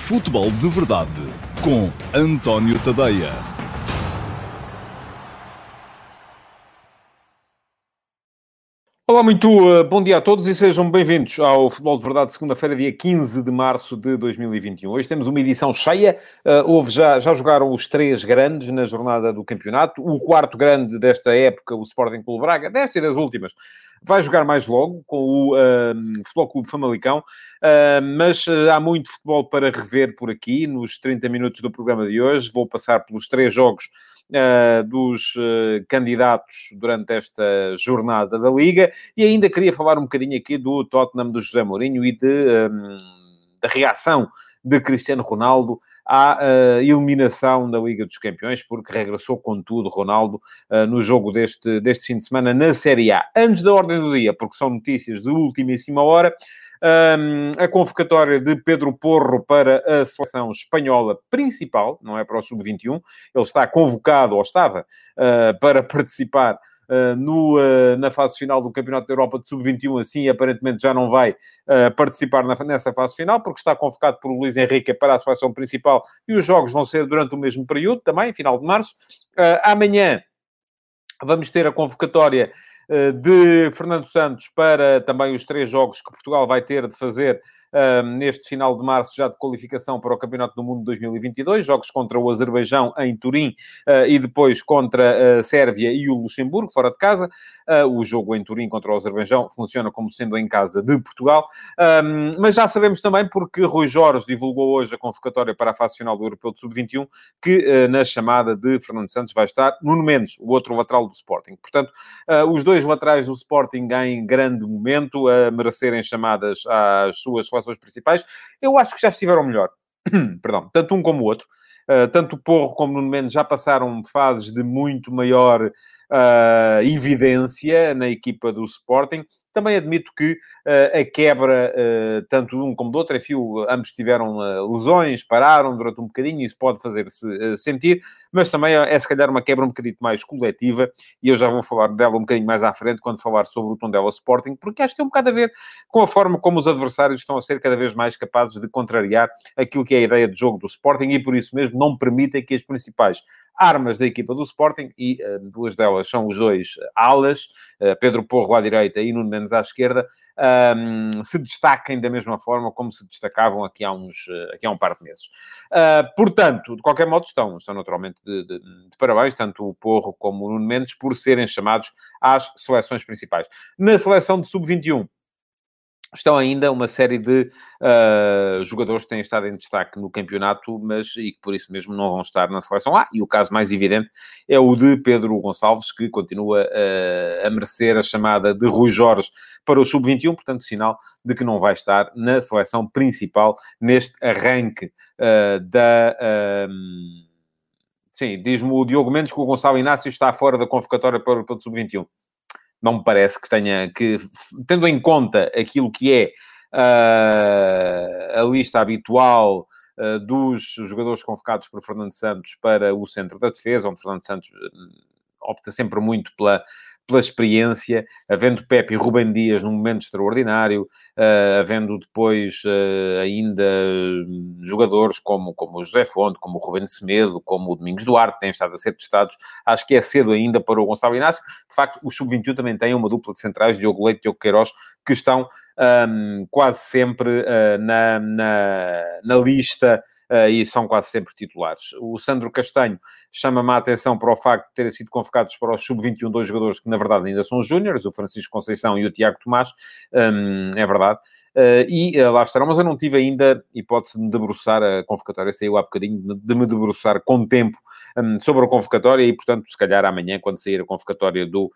Futebol de Verdade com António Tadeia. Olá, muito bom dia a todos e sejam bem-vindos ao Futebol de Verdade, segunda-feira, dia 15 de março de 2021. Hoje temos uma edição cheia, já jogaram os três grandes na jornada do campeonato, o quarto grande desta época, o Sporting Clube Braga, desta e das últimas, vai jogar mais logo com o Futebol Clube Famalicão, mas há muito futebol para rever por aqui, nos 30 minutos do programa de hoje. Vou passar pelos três jogos dos candidatos durante esta jornada da Liga e ainda queria falar um bocadinho aqui do Tottenham do José Mourinho e da reação de Cristiano Ronaldo à eliminação da Liga dos Campeões, porque regressou com tudo Ronaldo no jogo deste fim de semana na Série A. Antes da ordem do dia, porque são notícias de ultimíssima hora, a convocatória de Pedro Porro para a seleção espanhola principal, não é para o Sub-21, ele está convocado, ou estava, para participar na fase final do Campeonato da Europa de Sub-21, assim aparentemente já não vai participar nessa fase final, porque está convocado por Luís Henrique para a seleção principal e os jogos vão ser durante o mesmo período, também, final de março. Amanhã vamos ter a convocatória de Fernando Santos para também os três jogos que Portugal vai ter de fazer neste final de março, já de qualificação para o Campeonato do Mundo de 2022, jogos contra o Azerbaijão em Turim e depois contra a Sérvia e o Luxemburgo, fora de casa. O jogo em Turim contra o Azerbaijão funciona como sendo em casa de Portugal, mas já sabemos também, porque Rui Jorge divulgou hoje a convocatória para a fase final do Europeu de Sub-21, que na chamada de Fernando Santos vai estar Nuno Mendes, o outro lateral do Sporting. Portanto, os dois laterais do Sporting em grande momento, a merecerem chamadas às suas seleções principais. Eu acho que já estiveram melhor. Perdão, tanto um como o outro. Tanto o Porro como o Nuno Mendes já passaram fases de muito maior evidência na equipa do Sporting. Também admito que a quebra, tanto de um como do outro, enfim, ambos tiveram lesões, pararam durante um bocadinho, isso pode fazer-se sentir, mas também é se calhar uma quebra um bocadinho mais coletiva, e eu já vou falar dela um bocadinho mais à frente, quando falar sobre o Tondela Sporting, porque acho que tem um bocado a ver com a forma como os adversários estão a ser cada vez mais capazes de contrariar aquilo que é a ideia de jogo do Sporting, e por isso mesmo não permitem que as principais armas da equipa do Sporting, e duas delas são os dois alas, Pedro Porro à direita e Nuno Mendes à esquerda, se destaquem da mesma forma como se destacavam aqui há um par de meses. Portanto, de qualquer modo, estão naturalmente de parabéns, tanto o Porro como o Nuno Mendes, por serem chamados às seleções principais. Na seleção de Sub-21, estão ainda uma série de jogadores que têm estado em destaque no campeonato, e que por isso mesmo não vão estar na seleção A. E o caso mais evidente é o de Pedro Gonçalves, que continua a merecer a chamada de Rui Jorge para o Sub-21, portanto, sinal de que não vai estar na seleção principal neste arranque Sim, diz-me o Diogo Mendes que o Gonçalo Inácio está fora da convocatória para o Sub-21. Não me parece tendo em conta aquilo que é a lista habitual dos jogadores convocados por Fernando Santos para o centro da defesa, onde Fernando Santos opta sempre muito pela experiência, havendo Pepe e Rubem Dias num momento extraordinário, havendo depois ainda jogadores como o José Fonte, como o Rubén Semedo, como o Domingos Duarte, têm estado a ser testados. Acho que é cedo ainda para o Gonçalo Inácio. De facto, o Sub-21 também tem uma dupla de centrais, Diogo Leite e Diogo Queiroz, que estão quase sempre na lista e são quase sempre titulares. O Sandro Castanho chama-me a atenção para o facto de terem sido convocados para o Sub-21 dois jogadores que, na verdade, ainda são júniores, o Francisco Conceição e o Tiago Tomás, é verdade. Lá estarão, mas eu não tive ainda hipótese de me debruçar, a convocatória saiu há bocadinho, de me debruçar com tempo sobre a convocatória e, portanto, se calhar amanhã, quando sair a convocatória do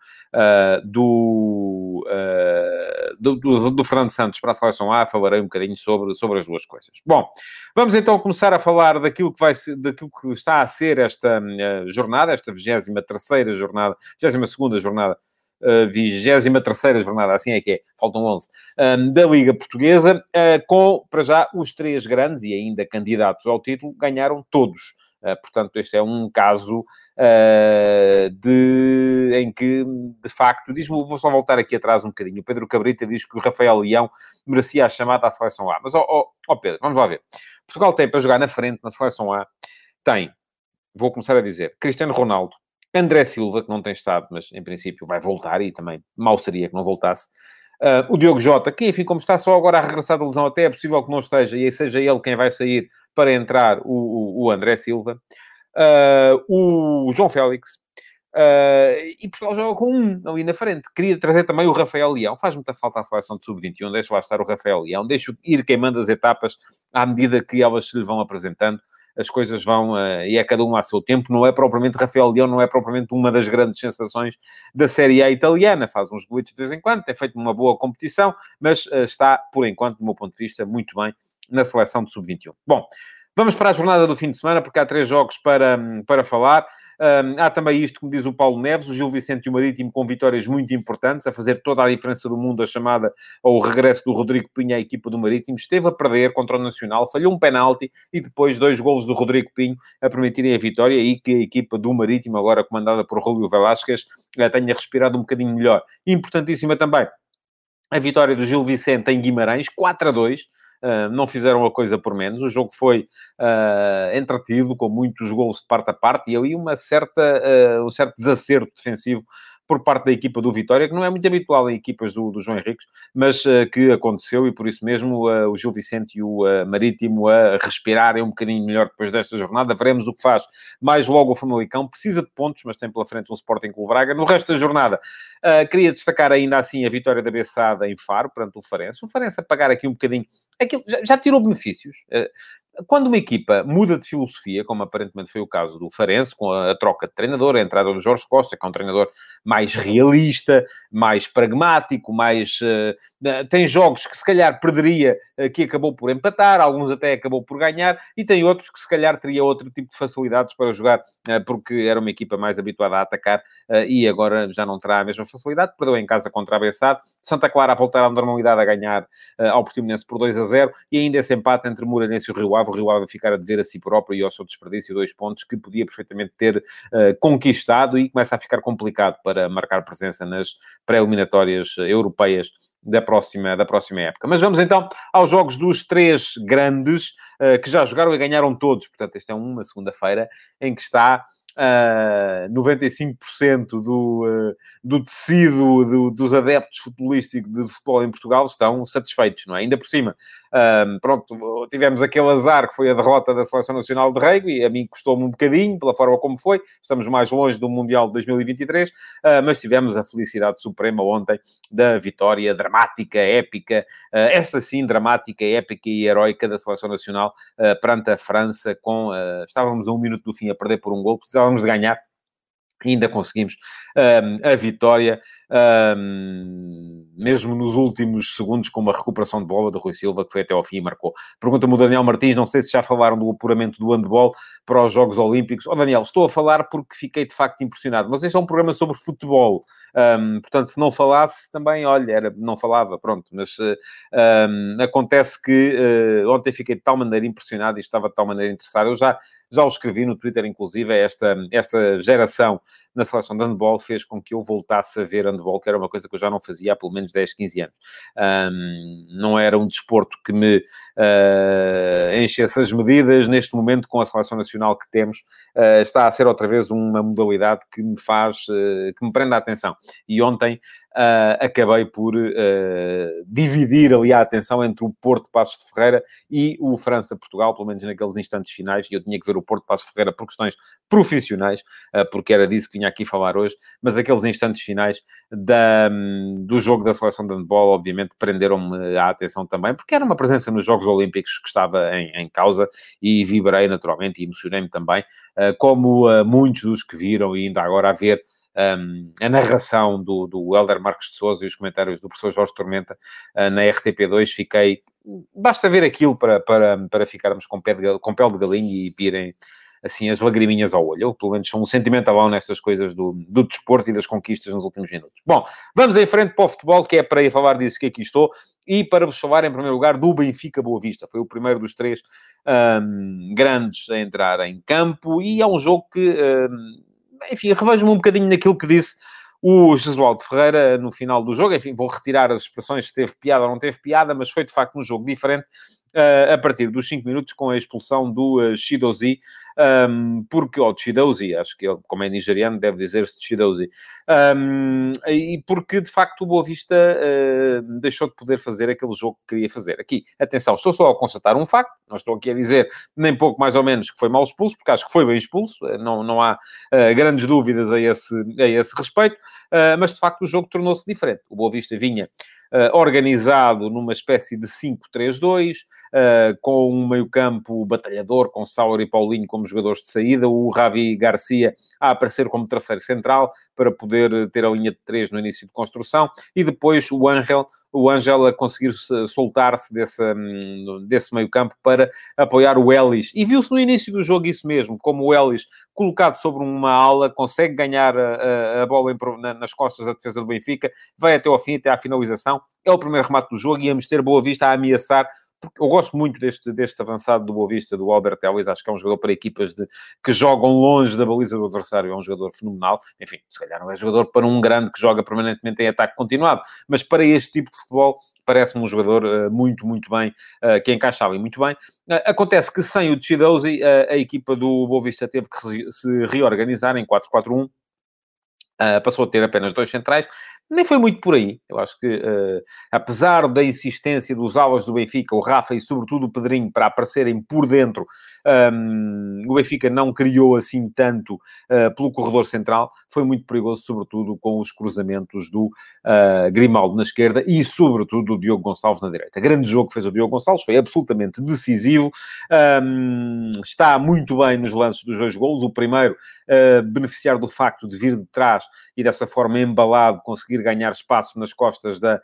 Fernando Santos para a seleção A, falarei um bocadinho sobre as duas coisas. Bom, vamos então começar a falar daquilo que está a ser esta jornada, esta 23ª jornada, 22ª jornada, 23ª jornada, assim é que é, faltam 11, da Liga Portuguesa, com, para já, os três grandes e ainda candidatos ao título, ganharam todos. Portanto, este é um caso em que, de facto, vou só voltar aqui atrás um bocadinho. O Pedro Cabrita diz que o Rafael Leão merecia a chamada à seleção A. Mas, Pedro, vamos lá ver. Portugal tem para jogar na frente, na seleção A, tem, vou começar a dizer, Cristiano Ronaldo, André Silva, que não tem estado, mas em princípio vai voltar, e também mal seria que não voltasse. O Diogo Jota, que enfim, como está só agora a regressar da lesão, até é possível que não esteja, e aí seja ele quem vai sair para entrar o André Silva. O João Félix. E Portugal joga com um ali na frente. Queria trazer também o Rafael Leão. Faz muita falta à seleção de sub-21. Deixa lá estar o Rafael Leão. Deixa ir queimando as etapas à medida que elas se lhe vão apresentando. As coisas vão, e é cada um a seu tempo. Não é propriamente Rafael Leão, não é propriamente uma das grandes sensações da Série A italiana. Faz uns golitos de vez em quando, tem feito uma boa competição, mas está, por enquanto, do meu ponto de vista, muito bem na seleção de sub-21. Bom, vamos para a jornada do fim de semana, porque há 3 jogos para falar. Há também isto, como diz o Paulo Neves, o Gil Vicente e o Marítimo com vitórias muito importantes, a fazer toda a diferença do mundo, a chamada ao regresso do Rodrigo Pinho à equipa do Marítimo. Esteve a perder contra o Nacional, falhou um penalti e depois 2 golos do Rodrigo Pinho a permitirem a vitória e que a equipa do Marítimo, agora comandada por Rúlio Velásquez, tenha respirado um bocadinho melhor. Importantíssima também a vitória do Gil Vicente em Guimarães, 4-2. Não fizeram a coisa por menos. O jogo foi entretido, com muitos golos de parte a parte, e ali um certo desacerto defensivo por parte da equipa do Vitória, que não é muito habitual em equipas do João Henriques, mas que aconteceu, e por isso mesmo o Gil Vicente e o Marítimo a respirarem um bocadinho melhor depois desta jornada. Veremos o que faz mais logo o Famalicão. Precisa de pontos, mas tem pela frente um Sporting Clube Braga. No resto da jornada, queria destacar ainda assim a vitória da Bessada em Faro, perante o Farense. O Farense a pagar aqui um bocadinho... Aquilo, já tirou benefícios. Quando uma equipa muda de filosofia, como aparentemente foi o caso do Farense, com a troca de treinador, a entrada do Jorge Costa, que é um treinador mais realista, mais pragmático, tem jogos que se calhar perderia, que acabou por empatar, alguns até acabou por ganhar, e tem outros que se calhar teria outro tipo de facilidades para jogar, porque era uma equipa mais habituada a atacar, e agora já não terá a mesma facilidade. Perdeu em casa contra a Bessade, Santa Clara a voltar à normalidade, a ganhar ao Portimonense por 2-0, e ainda esse empate entre o Moreirense e o Rio Ave. O Rio Ave ficar a dever a si próprio e ao seu desperdício 2 pontos que podia perfeitamente ter conquistado, e começa a ficar complicado para marcar presença nas pré-eliminatórias europeias da próxima época. Mas vamos então aos jogos dos 3 grandes que já jogaram e ganharam todos. Portanto, esta é uma segunda-feira em que está 95% do tecido dos adeptos futebolísticos de futebol em Portugal estão satisfeitos, não é? Ainda por cima, pronto, tivemos aquele azar que foi a derrota da Seleção Nacional de Rugby, e a mim custou-me um bocadinho, pela forma como foi. Estamos mais longe do Mundial de 2023, mas tivemos a felicidade suprema ontem da vitória dramática, épica, esta sim, dramática, épica e heroica da Seleção Nacional perante a França, estávamos a 1 minuto do fim a perder por 1 golo, precisávamos de ganhar, e ainda conseguimos a vitória, mesmo nos últimos segundos, com uma recuperação de bola do Rui Silva, que foi até ao fim e marcou. Pergunta-me o Daniel Martins, não sei se já falaram do apuramento do handball para os Jogos Olímpicos. Daniel, estou a falar porque fiquei de facto impressionado, mas este é um programa sobre futebol, portanto, se não falasse também, olha, não falava, pronto, mas acontece que ontem fiquei de tal maneira impressionado e estava de tal maneira interessado. Eu já o escrevi no Twitter, inclusive, esta geração na seleção de handball fez com que eu voltasse a ver handball, que era uma coisa que eu já não fazia há pelo menos 10, 15 anos. Não era um desporto que me enchesse as medidas. Neste momento, com a seleção nacional que temos, está a ser outra vez uma modalidade que me que me prende a atenção. E ontem acabei por dividir ali a atenção entre o Porto de Paços de Ferreira e o França-Portugal, pelo menos naqueles instantes finais, e eu tinha que ver o Porto de Paços de Ferreira por questões profissionais, porque era disso que vinha aqui falar hoje, mas aqueles instantes finais do jogo da seleção de handball, obviamente, prenderam-me a atenção também, porque era uma presença nos Jogos Olímpicos que estava em causa, e vibrei naturalmente e emocionei-me também, como muitos dos que viram, e ainda agora a ver a narração do Hélder Marques de Sousa e os comentários do professor Jorge Tormenta na RTP2, basta ver aquilo para ficarmos com pele de galinha e virem assim as lagriminhas ao olho. Eu, pelo menos, sou um sentimentalão nestas coisas do desporto e das conquistas nos últimos minutos. Bom, vamos em frente para o futebol, que é para ir falar disso que aqui estou, e para vos falar, em primeiro lugar, do Benfica Boa Vista. Foi o primeiro dos 3 grandes a entrar em campo, e é um jogo que... enfim, revejo-me um bocadinho naquilo que disse o Jesualdo Ferreira no final do jogo. Enfim, vou retirar as expressões se teve piada ou não teve piada, mas foi de facto um jogo diferente, a partir dos 5 minutos com a expulsão do Shidozi, porque, ou Chidozi, acho que ele, como é nigeriano, deve dizer-se Chidozi, e porque, de facto, o Boa Vista deixou de poder fazer aquele jogo que queria fazer. Aqui, atenção, estou só a constatar um facto, não estou aqui a dizer nem pouco mais ou menos que foi mal expulso, porque acho que foi bem expulso, não há grandes dúvidas a esse respeito, mas, de facto, o jogo tornou-se diferente. O Boa Vista vinha organizado numa espécie de 5-3-2, com um meio-campo batalhador, com Sauer e Paulinho como jogadores de saída, o Ravi Garcia a aparecer como terceiro central, para poder ter a linha de 3 no início de construção, e depois o Ângel a conseguir soltar-se desse meio-campo para apoiar o Ellis. E viu-se no início do jogo isso mesmo, como o Ellis, colocado sobre uma ala, consegue ganhar a bola nas costas da defesa do Benfica, vai até ao fim, até à finalização. É o primeiro remate do jogo e íamos ter Boa Vista a ameaçar. Porque eu gosto muito deste avançado do Boa Vista, do Albert Ellis. Acho que é um jogador para equipas que jogam longe da baliza do adversário. É um jogador fenomenal. Enfim, se calhar não é jogador para um grande que joga permanentemente em ataque continuado. Mas para este tipo de futebol, parece-me um jogador muito, muito bem, que encaixa ali muito bem. Acontece que sem o Chidozi, a equipa do Boa Vista teve que se reorganizar em 4-4-1. Passou a ter apenas 2 centrais. Nem foi muito por aí. Eu acho que, apesar da insistência dos alas do Benfica, o Rafa e sobretudo o Pedrinho, para aparecerem por dentro, o Benfica não criou assim tanto pelo corredor central. Foi muito perigoso, sobretudo com os cruzamentos do Grimaldo na esquerda e, sobretudo, do Diogo Gonçalves na direita. Grande jogo que fez o Diogo Gonçalves, foi absolutamente decisivo. Está muito bem nos lances dos 2 golos. O primeiro, beneficiar do facto de vir de trás e dessa forma embalado, conseguir ganhar espaço nas costas da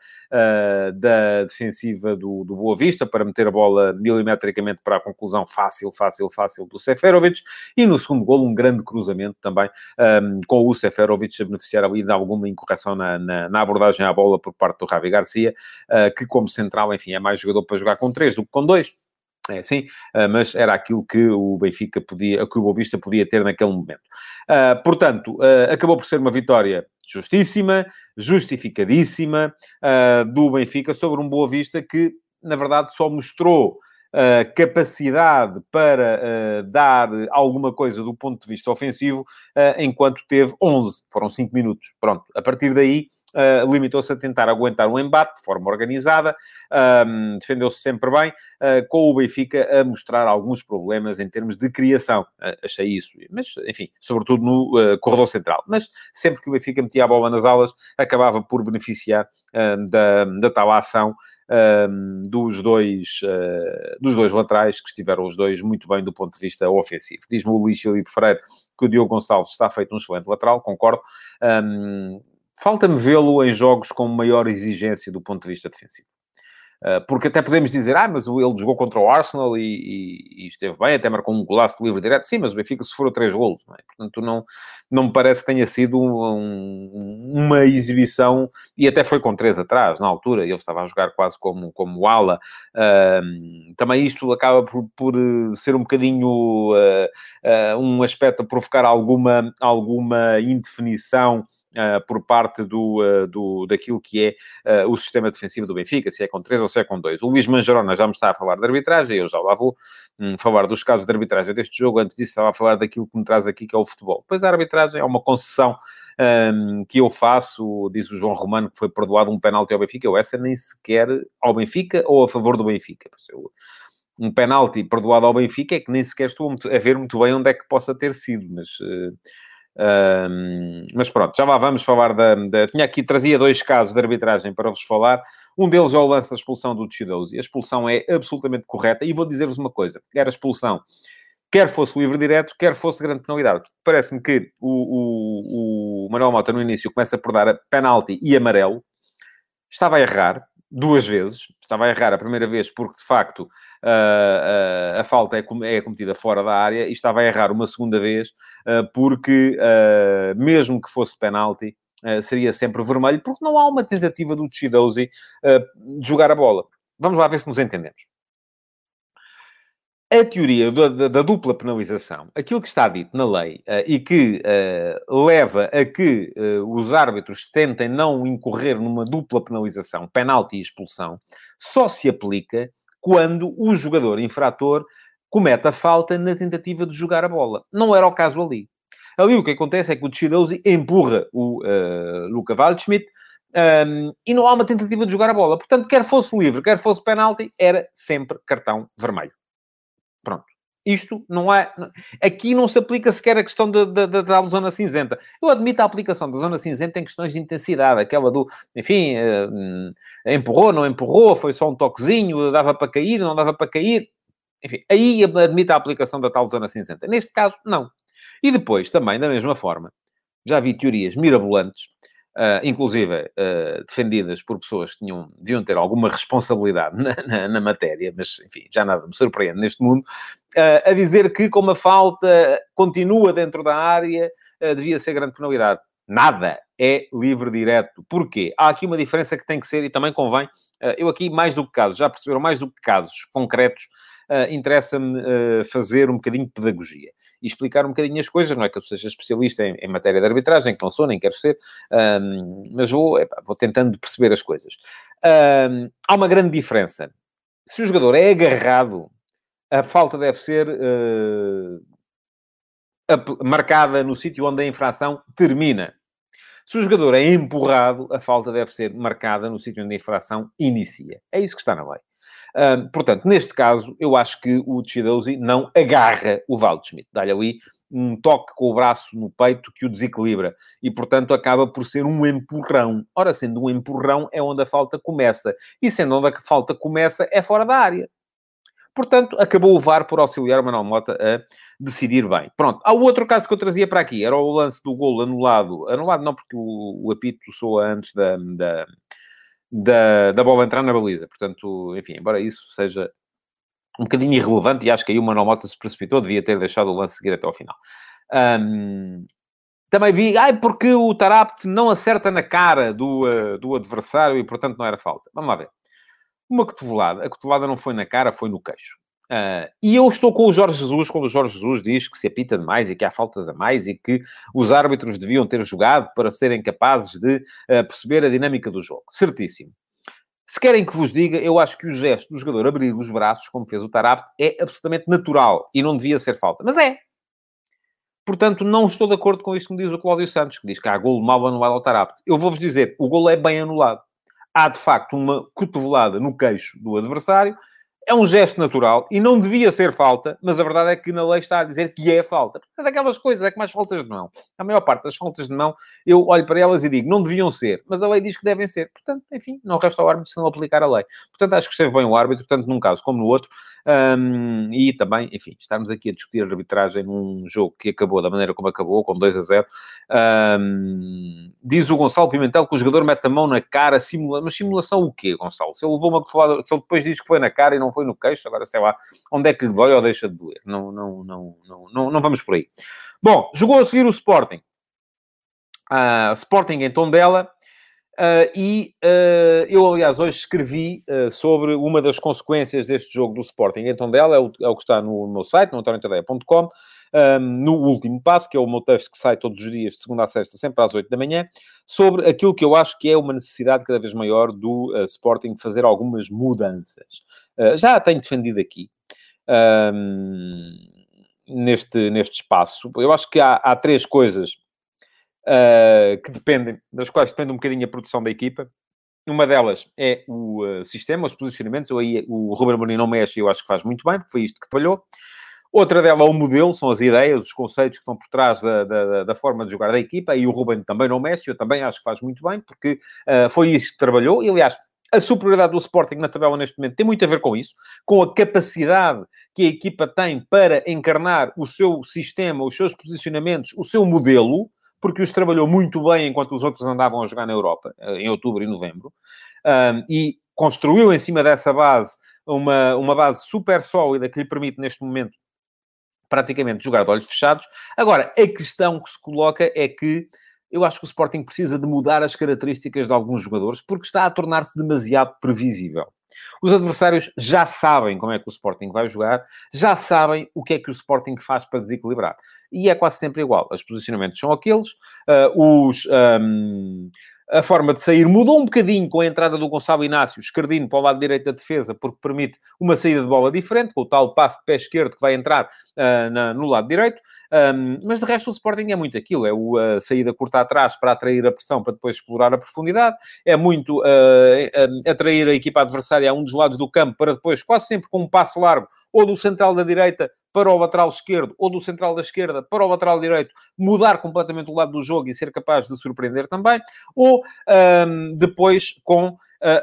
defensiva do Boa Vista, para meter a bola milimetricamente para a conclusão fácil do Seferovic. E no segundo golo, um grande cruzamento também, com o Seferovic a beneficiar ali de alguma incorreção na abordagem à bola por parte do Ravi Garcia, que como central, enfim, é mais jogador para jogar com 3 do que com 2. É assim, mas era aquilo que o Benfica que o Boa Vista podia ter naquele momento. Portanto, acabou por ser uma vitória justíssima, justificadíssima, do Benfica sobre um Boa Vista que, na verdade, só mostrou capacidade para dar alguma coisa do ponto de vista ofensivo, enquanto teve 11. Foram 5 minutos. Pronto. A partir daí, limitou-se a tentar aguentar um embate de forma organizada, defendeu-se sempre bem, com o Benfica a mostrar alguns problemas em termos de criação. Achei isso. Mas, enfim, sobretudo no corredor central. Mas sempre que o Benfica metia a bola nas alas, acabava por beneficiar da tal ação dos dois laterais, que estiveram os dois muito bem do ponto de vista ofensivo. Diz-me o Luís Filipe Freire que o Diogo Gonçalves está feito um excelente lateral, concordo. Falta-me vê-lo em jogos com maior exigência do ponto de vista defensivo. Porque até podemos dizer, mas ele jogou contra o Arsenal e esteve bem, até marcou um golaço de livre direto. Sim, mas o Benfica sofreu 3 golos, não é? Portanto, não me parece que tenha sido uma exibição, e até foi com 3 atrás, na altura, ele estava a jogar quase como ala. Também isto acaba por ser um bocadinho um aspecto a provocar alguma indefinição por parte daquilo que é o sistema defensivo do Benfica, se é com 3 ou se é com 2. O Luís Manjarona já me está a falar de arbitragem, eu já lá vou falar dos casos de arbitragem deste jogo. Antes disso estava a falar daquilo que me traz aqui, que é o futebol. Pois a arbitragem é uma concessão que eu faço. Diz o João Romano que foi perdoado um penalti ao Benfica. Essa nem sequer ao Benfica ou a favor do Benfica. Um penalti perdoado ao Benfica é que nem sequer estou a ver muito bem onde é que possa ter sido, mas pronto, já lá vamos falar trazia 2 casos de arbitragem para vos falar. Um deles é o lance da expulsão do Chidozi. A expulsão é absolutamente correta, e vou dizer-vos uma coisa: era expulsão, quer fosse livre direto, quer fosse grande penalidade. Parece-me que o Manuel Mota, no início, começa por dar penalti e amarelo. Estava a errar 2 vezes. Estava a errar a primeira vez porque, de facto, a falta é cometida fora da área, e estava a errar uma segunda vez porque, mesmo que fosse penalti, seria sempre vermelho, porque não há uma tentativa do Chidozi de jogar a bola. Vamos lá ver se nos entendemos. A teoria da dupla penalização, aquilo que está dito na lei, e que leva a que os árbitros tentem não incorrer numa dupla penalização, penalti e expulsão, só se aplica quando o jogador infrator comete a falta na tentativa de jogar a bola. Não era o caso ali. Ali o que acontece é que o Tchidouzi empurra o Luca Waldschmidt e não há uma tentativa de jogar a bola. Portanto, quer fosse livre, quer fosse penalti, era sempre cartão vermelho. Pronto. Isto não é... Aqui não se aplica sequer a questão da zona cinzenta. Eu admito a aplicação da zona cinzenta em questões de intensidade. Aquela do, enfim, empurrou, não empurrou, foi só um toquezinho, dava para cair, não dava para cair. Enfim, aí admito a aplicação da tal zona cinzenta. Neste caso, não. E depois, também, da mesma forma, já vi teorias mirabolantes, inclusive defendidas por pessoas que deviam ter alguma responsabilidade na matéria, mas, enfim, já nada me surpreende neste mundo, a dizer que, como a falta continua dentro da área, devia ser grande penalidade. Nada é livre direto. Porquê? Há aqui uma diferença que tem que ser, e também convém, eu aqui, mais do que casos, já perceberam, mais do que casos concretos, interessa-me fazer um bocadinho de pedagogia e explicar um bocadinho as coisas. Não é que eu seja especialista em matéria de arbitragem, que não sou, nem quero ser, mas vou tentando perceber as coisas. Há uma grande diferença. Se o jogador é agarrado, a falta deve ser marcada no sítio onde a infração termina. Se o jogador é empurrado, a falta deve ser marcada no sítio onde a infração inicia. É isso que está na lei. Portanto, neste caso, eu acho que o Tchidouzi não agarra o Waldschmidt. Dá-lhe ali um toque com o braço no peito que o desequilibra. E, portanto, acaba por ser um empurrão. Ora, sendo um empurrão, é onde a falta começa. E sendo onde a falta começa, é fora da área. Portanto, acabou o VAR por auxiliar o Manuel Mota a decidir bem. Pronto. Há o outro caso que eu trazia para aqui. Era o lance do golo anulado. Anulado não, porque o apito soa antes da bola entrar na baliza. Portanto, enfim, embora isso seja um bocadinho irrelevante, e acho que aí o Manuel Mota se precipitou, devia ter deixado o lance seguir até ao final. Também vi, porque o Tarabt não acerta na cara do adversário e, portanto, não era falta. Vamos lá ver. Uma cotovelada. A cotovelada não foi na cara, foi no queixo. E eu estou com o Jorge Jesus, quando o Jorge Jesus diz que se apita demais e que há faltas a mais e que os árbitros deviam ter jogado para serem capazes de perceber a dinâmica do jogo. Certíssimo. Se querem que vos diga, eu acho que o gesto do jogador abrir os braços, como fez o Tarabt, é absolutamente natural e não devia ser falta. Mas é. Portanto, não estou de acordo com isto que me diz o Cláudio Santos, que diz que há golo mal anulado ao Tarabt. Eu vou-vos dizer, o golo é bem anulado. Há, de facto, uma cotovelada no queixo do adversário. É um gesto natural e não devia ser falta, mas a verdade é que na lei está a dizer que é falta. É daquelas coisas, é como as faltas de mão. A maior parte das faltas de mão, eu olho para elas e digo, não deviam ser, mas a lei diz que devem ser. Portanto, enfim, não resta ao árbitro se não aplicar a lei. Portanto, acho que esteve bem o árbitro, portanto, num caso como no outro, e também, enfim, estarmos aqui a discutir a arbitragem num jogo que acabou da maneira como acabou, com 2-0. Diz o Gonçalo Pimentel que o jogador mete a mão na cara, mas simulação o quê, Gonçalo? Se ele levou uma cotovelada, se ele depois diz que foi na cara e não foi no queixo, agora sei lá onde é que lhe dói ou deixa de doer. Não vamos por aí. Bom, jogou a seguir o Sporting. Sporting em Tondela. Eu, aliás, hoje escrevi sobre uma das consequências deste jogo do Sporting em Tondela, é o que está no meu site, no antoniotadeia.com, no último passo, que é o meu texto que sai todos os dias, de segunda a sexta, sempre às 8 da manhã, sobre aquilo que eu acho que é uma necessidade cada vez maior do Sporting fazer algumas mudanças. Já a tenho defendido aqui, neste espaço. Eu acho que há três coisas que dependem, das quais depende um bocadinho a produção da equipa. Uma delas é o sistema, os posicionamentos. Aí o Ruben Amorim não mexe e eu acho que faz muito bem, porque foi isto que trabalhou. Outra delas é o modelo, são as ideias, os conceitos que estão por trás da forma de jogar da equipa. Aí o Ruben também não mexe, eu também acho que faz muito bem, porque foi isso que trabalhou. E, aliás, a superioridade do Sporting na tabela neste momento tem muito a ver com isso, com a capacidade que a equipa tem para encarnar o seu sistema, os seus posicionamentos, o seu modelo, porque os trabalhou muito bem enquanto os outros andavam a jogar na Europa, em outubro e novembro, e construiu em cima dessa base uma base super sólida que lhe permite, neste momento, praticamente jogar de olhos fechados. Agora, a questão que se coloca é que eu acho que o Sporting precisa de mudar as características de alguns jogadores, porque está a tornar-se demasiado previsível. Os adversários já sabem como é que o Sporting vai jogar, já sabem o que é que o Sporting faz para desequilibrar. E é quase sempre igual. Os posicionamentos são aqueles, A forma de sair mudou um bocadinho com a entrada do Gonçalo Inácio, esquerdino, para o lado direito da defesa, porque permite uma saída de bola diferente, com o tal passe de pé esquerdo que vai entrar no lado direito. Mas de resto o Sporting é muito aquilo, é a saída curta atrás para atrair a pressão, para depois explorar a profundidade, é muito atrair a equipa adversária a um dos lados do campo, para depois, quase sempre com um passe largo, ou do central da direita para o lateral esquerdo, ou do central da esquerda para o lateral direito, mudar completamente o lado do jogo e ser capaz de surpreender também, ou depois com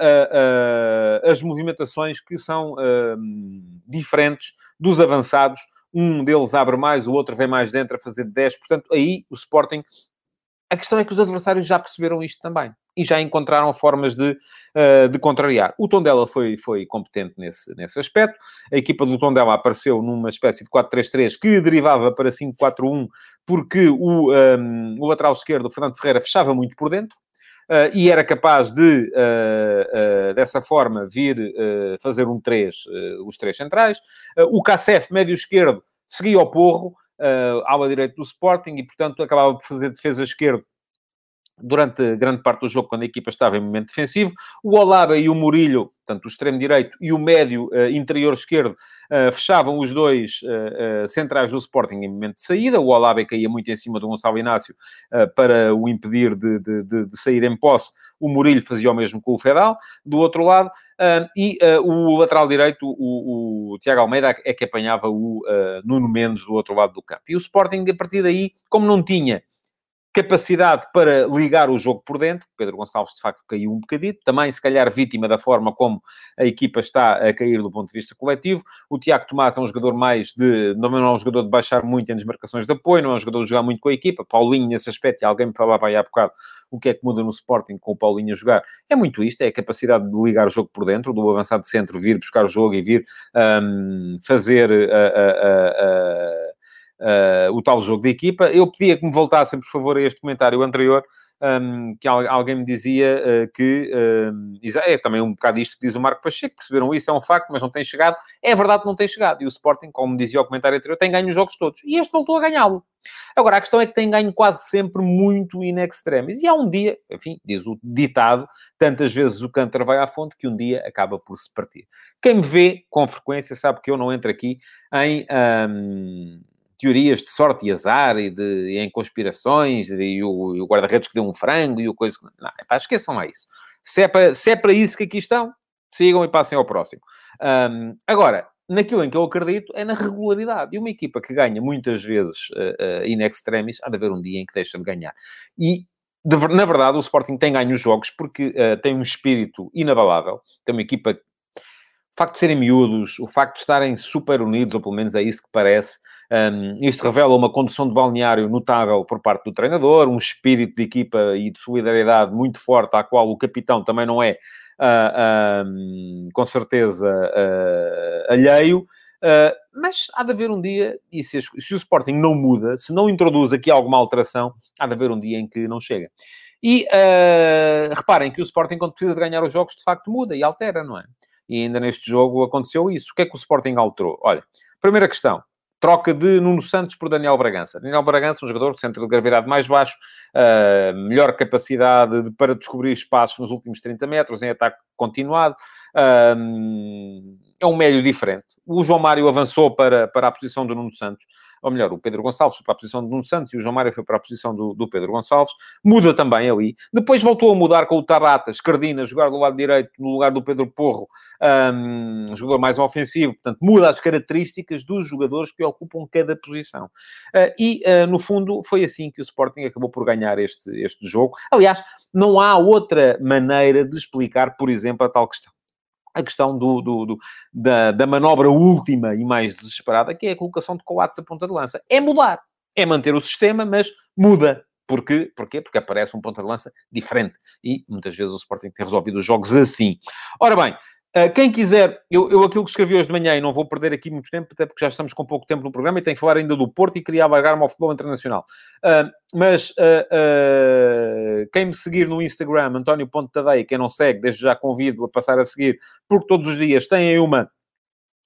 as movimentações que são diferentes dos avançados. Um deles abre mais, o outro vem mais dentro a fazer 10. Portanto, aí o Sporting... A questão é que os adversários já perceberam isto também. E já encontraram formas de contrariar. O Tondela foi competente nesse aspecto. A equipa do Tondela apareceu numa espécie de 4-3-3 que derivava para 5-4-1, porque o lateral esquerdo, o Fernando Ferreira, fechava muito por dentro. E era capaz de, dessa forma, vir fazer um 3, os três centrais. O Cassef, médio esquerdo, seguia ao Porro, ala direita do Sporting, e, portanto, acabava por fazer defesa esquerda durante grande parte do jogo, quando a equipa estava em momento defensivo. O Olaba e o Murilho, portanto, o extremo direito e o médio interior esquerdo, fechavam os dois centrais do Sporting em momento de saída. O Olaba caía muito em cima do Gonçalo Inácio para o impedir de sair em posse. O Murilho fazia o mesmo com o Fedal, do outro lado. O lateral direito, o Tiago Almeida, é que apanhava o Nuno Mendes do outro lado do campo. E o Sporting, a partir daí, como não tinha capacidade para ligar o jogo por dentro, Pedro Gonçalves, de facto, caiu um bocadito. Também, se calhar, vítima da forma como a equipa está a cair do ponto de vista coletivo. O Tiago Tomás é um jogador não é um jogador de baixar muito em desmarcações de apoio, não é um jogador de jogar muito com a equipa. Paulinho, nesse aspecto, e alguém me falava aí há bocado o que é que muda no Sporting com o Paulinho a jogar. É muito isto, é a capacidade de ligar o jogo por dentro, do avançado de centro vir buscar o jogo e vir fazer o tal jogo de equipa. Eu pedia que me voltassem, por favor, a este comentário anterior, que alguém me dizia que... é também um bocado isto que diz o Marco Pacheco, perceberam isso, é um facto, mas não tem chegado. É verdade que não tem chegado. E o Sporting, como dizia o comentário anterior, tem ganho os jogos todos. E este voltou a ganhá-lo. Agora, a questão é que tem ganho quase sempre muito in extremis. E há um dia, enfim, diz o ditado, tantas vezes o cântaro vai à fonte, que um dia acaba por se partir. Quem me vê com frequência sabe que eu não entro aqui em... teorias de sorte e azar e em conspirações e o guarda-redes que deu um frango e o coisa... Não, esqueçam lá isso. Se é para isso que aqui estão, sigam e passem ao próximo. Agora, naquilo em que eu acredito é na regularidade. E uma equipa que ganha muitas vezes in extremis, há de haver um dia em que deixa de ganhar. E, na verdade, o Sporting tem ganho os jogos porque tem um espírito inabalável. Tem uma equipa... O facto de serem miúdos, o facto de estarem super unidos, ou pelo menos é isso que parece, isto revela uma condução de balneário notável por parte do treinador, um espírito de equipa e de solidariedade muito forte, à qual o capitão também não é, com certeza, alheio. Mas há de haver um dia, e se o Sporting não muda, se não introduz aqui alguma alteração, há de haver um dia em que não chega. E reparem que o Sporting, quando precisa de ganhar os jogos, de facto muda e altera, não é? E ainda neste jogo aconteceu isso. O que é que o Sporting alterou? Olha, primeira questão. Troca de Nuno Santos por Daniel Bragança. Daniel Bragança, um jogador de centro de gravidade mais baixo, melhor capacidade para descobrir espaços nos últimos 30 metros, em ataque continuado. É um médio diferente. O João Mário avançou para a posição do Nuno Santos. Ou melhor, o Pedro Gonçalves foi para a posição do Nuno Santos e o João Mário foi para a posição do Pedro Gonçalves. Muda também ali. Depois voltou a mudar com o Tabata, esquerdina, jogar do lado direito no lugar do Pedro Porro, jogador mais ofensivo. Portanto, muda as características dos jogadores que ocupam cada posição. No fundo, foi assim que o Sporting acabou por ganhar este jogo. Aliás, não há outra maneira de explicar, por exemplo, a tal questão. A questão da manobra última e mais desesperada, que é a colocação de Coates a ponta de lança. É mudar. É manter o sistema, mas muda. Porquê? Porque aparece um ponta de lança diferente. E, muitas vezes, o Sporting tem resolvido os jogos assim. Ora bem, quem quiser... Eu aquilo que escrevi hoje de manhã, e não vou perder aqui muito tempo, até porque já estamos com pouco tempo no programa, e tenho que falar ainda do Porto, e queria alargar-me ao futebol internacional. Quem me seguir no Instagram, António.Tadeia, quem não segue, desde já convido a passar a seguir, porque todos os dias têm uma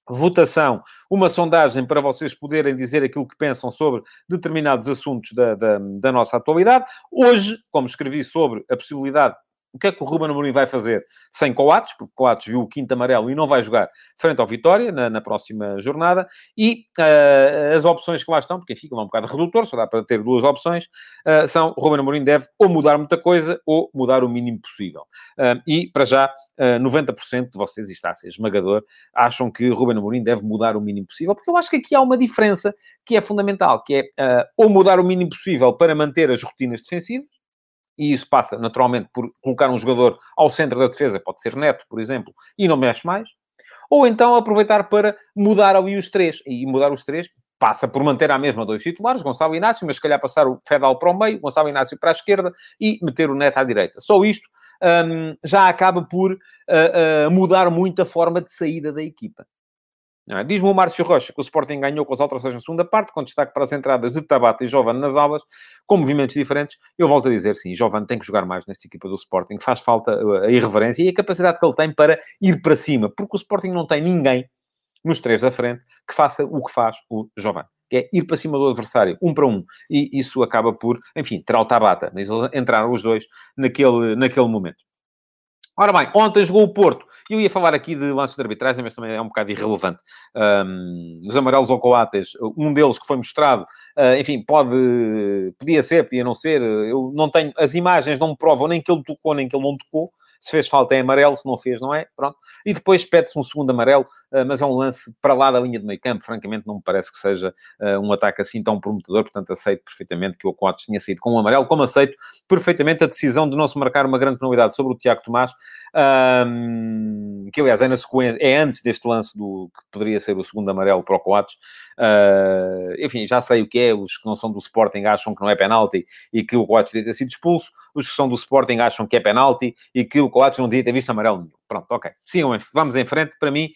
votação, uma sondagem para vocês poderem dizer aquilo que pensam sobre determinados assuntos da nossa atualidade. Hoje, como escrevi sobre a possibilidade, o que é que o Ruben Amorim vai fazer sem Coates, porque Coates viu o quinto amarelo e não vai jogar frente ao Vitória na próxima jornada, e as opções que lá estão, porque enfim, é um bocado redutor, só dá para ter duas opções, são o Ruben Amorim deve ou mudar muita coisa ou mudar o mínimo possível. E, para já, 90% de vocês, e está a ser esmagador, acham que o Ruben Amorim deve mudar o mínimo possível, porque eu acho que aqui há uma diferença que é fundamental, que é ou mudar o mínimo possível para manter as rotinas defensivas, e isso passa, naturalmente, por colocar um jogador ao centro da defesa, pode ser Neto, por exemplo, e não mexe mais. Ou então aproveitar para mudar ali os três. E mudar os três passa por manter a mesma dois titulares, Gonçalo Inácio, mas se calhar passar o Fedal para o meio, Gonçalo Inácio para a esquerda e meter o Neto à direita. Só isto já acaba por mudar muito a forma de saída da equipa. Diz-me o Márcio Rocha que o Sporting ganhou com as alterações na segunda parte, com destaque para as entradas de Tabata e Jovane nas aulas, com movimentos diferentes. Eu volto a dizer, sim, Jovane tem que jogar mais nesta equipa do Sporting. Faz falta a irreverência e a capacidade que ele tem para ir para cima, porque o Sporting não tem ninguém nos três da frente que faça o que faz o Jovane. Que é ir para cima do adversário, 1 para 1. E isso acaba por, enfim, terá o Tabata, mas eles entraram os dois naquele momento. Ora bem, ontem jogou o Porto. Eu ia falar aqui de lances de arbitragem, mas também é um bocado irrelevante. Os amarelos ao Coates, um deles que foi mostrado, enfim, podia ser, podia não ser. Eu não tenho... As imagens não me provam nem que ele tocou, nem que ele não tocou. Se fez falta é amarelo, se não fez, não é? Pronto. E depois pede-se um segundo amarelo, mas é um lance para lá da linha de meio campo. Francamente, não me parece que seja um ataque assim tão prometedor. Portanto, aceito perfeitamente que o Coates tinha saído com um amarelo, como aceito perfeitamente a decisão de não se marcar uma grande penalidade sobre o Tiago Tomás, que, aliás, é na sequência, é antes deste lance do que poderia ser o segundo amarelo para o Coates. Enfim, já sei o que é. Os que não são do Sporting acham que não é penalti e que o Coates devia ter sido expulso. Os que são do Sporting acham que é penalti e que o Coates não devia ter visto amarelo nenhum. Pronto, ok. Sigam, vamos em frente. Para mim,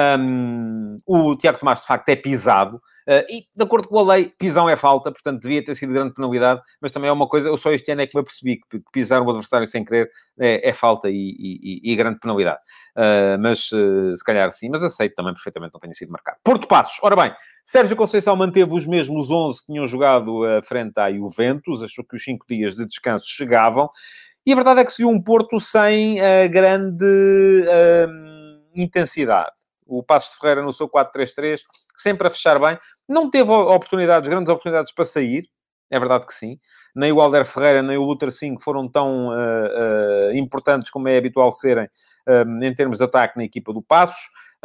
o Tiago Tomás, de facto, é pisado. E, de acordo com a lei, pisão é falta, portanto, devia ter sido grande penalidade, mas também é uma coisa, eu só este ano é que me apercebi que pisar um adversário sem querer é falta e grande penalidade. Mas, se calhar sim, mas aceito também perfeitamente, não tenha sido marcado. Porto Passos, ora bem, Sérgio Conceição manteve os mesmos 11 que tinham jogado frente à Juventus, achou que os 5 dias de descanso chegavam, e a verdade é que se viu um Porto sem grande intensidade. O Passos de Ferreira no seu 4-3-3, sempre a fechar bem. Não teve oportunidades, grandes oportunidades para sair. É verdade que sim. Nem o Alder Ferreira, nem o Luther Singh foram tão importantes como é habitual serem em termos de ataque na equipa do Passos.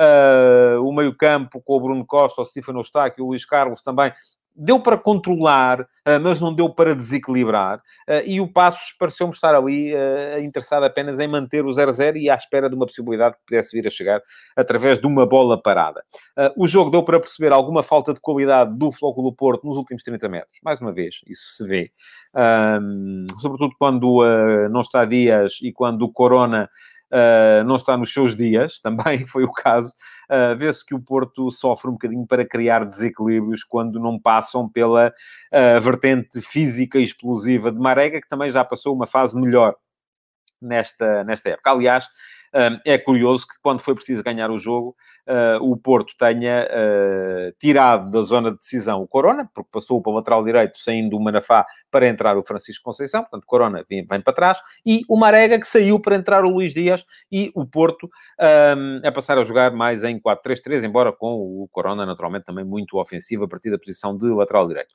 O meio-campo com o Bruno Costa, o Stefano Eustáquio, o Luís Carlos também deu para controlar, mas não deu para desequilibrar. E o Passos pareceu-me estar ali interessado apenas em manter o 0-0 e à espera de uma possibilidade que pudesse vir a chegar através de uma bola parada. O jogo deu para perceber alguma falta de qualidade do Flóculo Porto nos últimos 30 metros. Mais uma vez, isso se vê. Sobretudo quando não está Dias e quando o Corona não está nos seus dias, também foi o caso. Vê-se que o Porto sofre um bocadinho para criar desequilíbrios quando não passam pela vertente física e explosiva de Marega, que também já passou uma fase melhor nesta época. Aliás, é curioso que quando foi preciso ganhar o jogo, o Porto tenha tirado da zona de decisão o Corona, porque passou para o lateral direito, saindo o Manafá para entrar o Francisco Conceição, portanto, Corona vem para trás, e o Marega, que saiu para entrar o Luís Dias, e o Porto a passar a jogar mais em 4-3-3, embora com o Corona, naturalmente, também muito ofensivo, a partir da posição de lateral direito.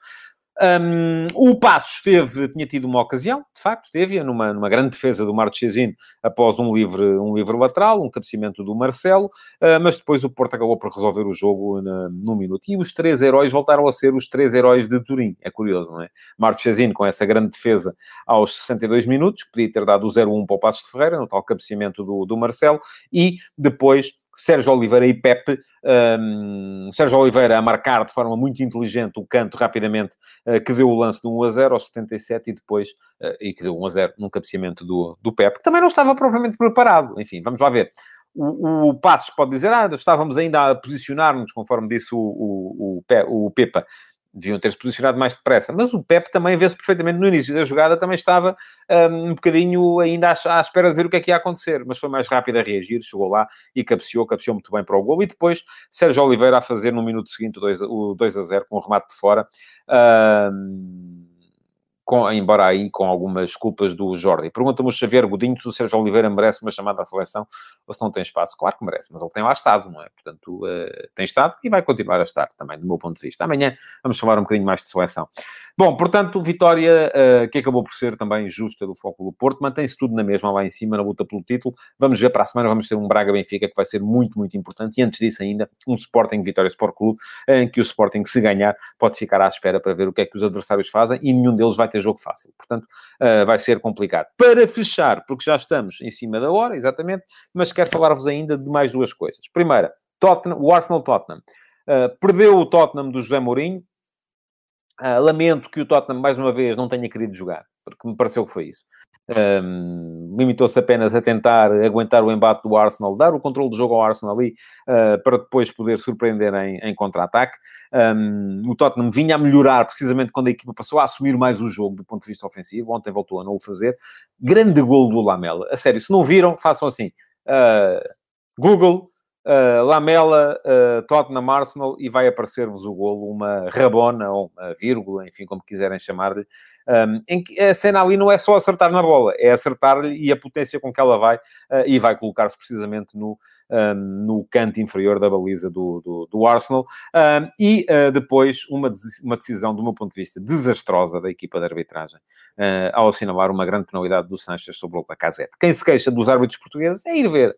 O Passos tinha tido uma ocasião, de facto, teve numa grande defesa do Marchesino após um livre lateral, um cabeceamento do Marcelo, mas depois o Porto acabou por resolver o jogo num minuto. E os 3 heróis voltaram a ser os 3 heróis de Turim. É curioso, não é? Marchesino com essa grande defesa aos 62 minutos, que podia ter dado o 0-1 para o Passos de Ferreira, no tal cabeceamento do Marcelo, e depois Sérgio Oliveira e Pepe. Sérgio Oliveira a marcar de forma muito inteligente o canto rapidamente, que deu o lance de 1-0 aos 77 e depois, e que deu 1-0 num cabeceamento do Pepe, que também não estava propriamente preparado. Enfim, vamos lá ver. O Passos pode dizer, estávamos ainda a posicionar-nos, conforme disse o Pepa, Deviam ter-se posicionado mais depressa. Mas o Pep também vê-se perfeitamente no início da jogada, também estava um bocadinho ainda à espera de ver o que é que ia acontecer. Mas foi mais rápido a reagir, chegou lá e cabeceou muito bem para o gol. E depois, Sérgio Oliveira a fazer no minuto seguinte o 2-0 com o remate de fora. Embora aí com algumas culpas do Jordi. Pergunta-me o Xavier Godinho se o Sérgio Oliveira merece uma chamada à seleção ou se não tem espaço. Claro que merece, mas ele tem lá estado, não é? Portanto, tem estado e vai continuar a estar também, do meu ponto de vista. Amanhã vamos falar um bocadinho mais de seleção. Bom, portanto, vitória que acabou por ser também justa do Futebol Clube do Porto. Mantém-se tudo na mesma lá em cima, na luta pelo título. Vamos ver para a semana, vamos ter um Braga-Benfica que vai ser muito, muito importante. E antes disso ainda, um Sporting Vitória Sport Clube, em que o Sporting, se ganhar, pode ficar à espera para ver o que é que os adversários fazem e nenhum deles vai ter jogo fácil. Portanto, vai ser complicado. Para fechar, porque já estamos em cima da hora, exatamente, mas quero falar-vos ainda de mais duas coisas. Primeira, o Arsenal-Tottenham. Perdeu o Tottenham do José Mourinho. Lamento que o Tottenham, mais uma vez, não tenha querido jogar, porque me pareceu que foi isso. Limitou-se apenas a tentar aguentar o embate do Arsenal, dar o controle do jogo ao Arsenal ali, para depois poder surpreender em contra-ataque. O Tottenham vinha a melhorar precisamente quando a equipa passou a assumir mais o jogo do ponto de vista ofensivo. Ontem voltou a não o fazer. Grande golo do Lamela. A sério, se não viram, façam assim. Google... Lamela, Tottenham Arsenal, e vai aparecer-vos o golo, uma rabona, ou uma vírgula, enfim, como quiserem chamar-lhe, em que a cena ali não é só acertar na bola, é acertar-lhe e a potência com que ela vai, e vai colocar-se precisamente no canto inferior da baliza do Arsenal, e depois uma decisão, do meu ponto de vista, desastrosa da equipa de arbitragem, ao assinalar uma grande penalidade do Sanches sobre o Lacazette. Quem se queixa dos árbitros portugueses é ir ver.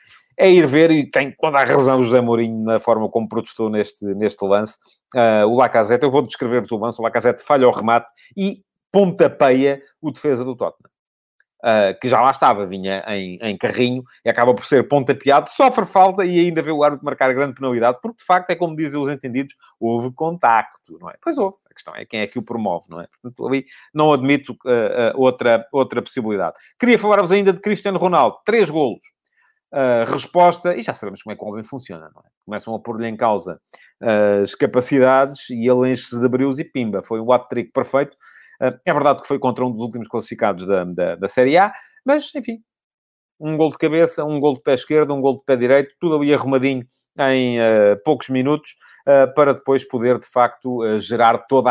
E tem toda a razão o José Mourinho na forma como protestou neste lance. O Lacazette, eu vou descrever-vos o lance, o Lacazette falha o remate e pontapeia o defesa do Tottenham. Que já lá estava, vinha em carrinho, e acaba por ser pontapeado, sofre falta e ainda vê o árbitro marcar grande penalidade, porque de facto é como dizem os entendidos, houve contacto, não é? Pois houve, a questão é quem é que o promove, não é? Portanto, ali não admito outra possibilidade. Queria falar-vos ainda de Cristiano Ronaldo, 3 golos. Resposta, e já sabemos como é que o homem funciona, não é? Começam a pôr-lhe em causa as capacidades e ele enche-se de brios e pimba. Foi o hat-trick perfeito. É verdade que foi contra um dos últimos classificados da Série A, mas, enfim, um gol de cabeça, um gol de pé esquerdo, um gol de pé direito, tudo ali arrumadinho em poucos minutos, para depois poder, de facto, gerar todo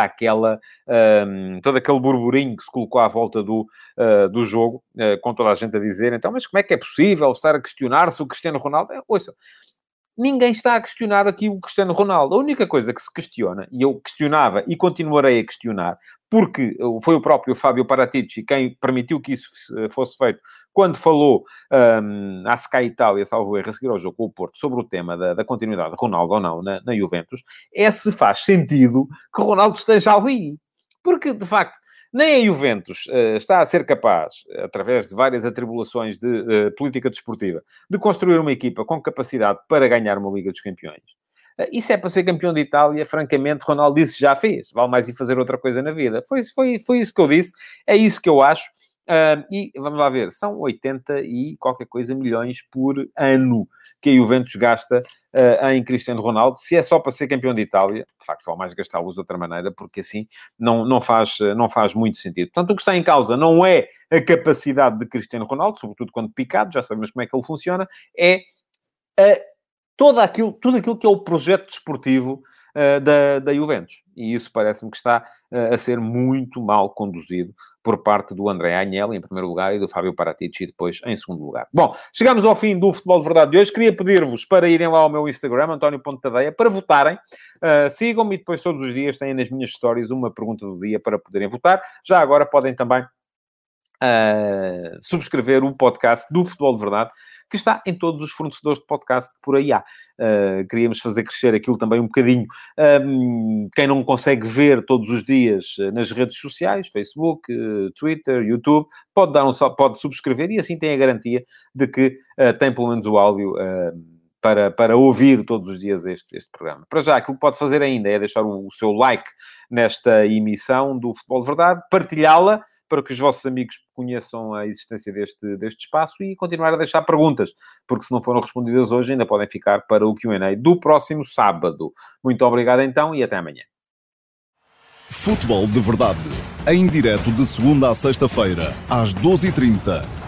aquele burburinho que se colocou à volta do jogo, com toda a gente a dizer, então, mas como é que é possível estar a questionar se o Cristiano Ronaldo... Ouça, ninguém está a questionar aqui o Cristiano Ronaldo. A única coisa que se questiona, e eu questionava e continuarei a questionar, porque foi o próprio Fábio Paratici quem permitiu que isso fosse feito, quando falou à Sky Itália, salvo erro, a seguir ao jogo com o Porto, sobre o tema da continuidade de Ronaldo ou não na Juventus, é se faz sentido que Ronaldo esteja ali. Porque, de facto, nem a Juventus está a ser capaz, através de várias atribulações de política desportiva, de construir uma equipa com capacidade para ganhar uma Liga dos Campeões. Isso é para ser campeão de Itália, francamente, Ronaldo disse já fez. Vale mais ir fazer outra coisa na vida. Foi isso que eu disse, é isso que eu acho. E vamos lá ver, são 80 e qualquer coisa milhões por ano que a Juventus gasta em Cristiano Ronaldo. Se é só para ser campeão de Itália, de facto, vale mais gastá-los de outra maneira, porque assim não faz muito sentido. Portanto, o que está em causa não é a capacidade de Cristiano Ronaldo, sobretudo quando picado, já sabemos como é que ele funciona, é tudo aquilo que é o projeto desportivo da Juventus. E isso parece-me que está a ser muito mal conduzido por parte do André Agnelli, em primeiro lugar, e do Fábio Paratici, depois em segundo lugar. Bom, chegamos ao fim do Futebol de Verdade de hoje. Queria pedir-vos para irem lá ao meu Instagram, António.tadeia, para votarem. Sigam-me e depois todos os dias têm nas minhas stories uma pergunta do dia para poderem votar. Já agora podem também subscrever o podcast do Futebol de Verdade, que está em todos os fornecedores de podcast que por aí há. Queríamos fazer crescer aquilo também um bocadinho. Quem não consegue ver todos os dias nas redes sociais, Facebook, Twitter, YouTube, pode subscrever e assim tem a garantia de que tem pelo menos o áudio para ouvir todos os dias este programa. Para já, aquilo que pode fazer ainda é deixar o seu like nesta emissão do Futebol de Verdade, partilhá-la para que os vossos amigos conheçam a existência deste espaço e continuar a deixar perguntas, porque se não foram respondidas hoje, ainda podem ficar para o Q&A do próximo sábado. Muito obrigado então e até amanhã. Futebol de Verdade, em direto de segunda a sexta-feira, às 12h30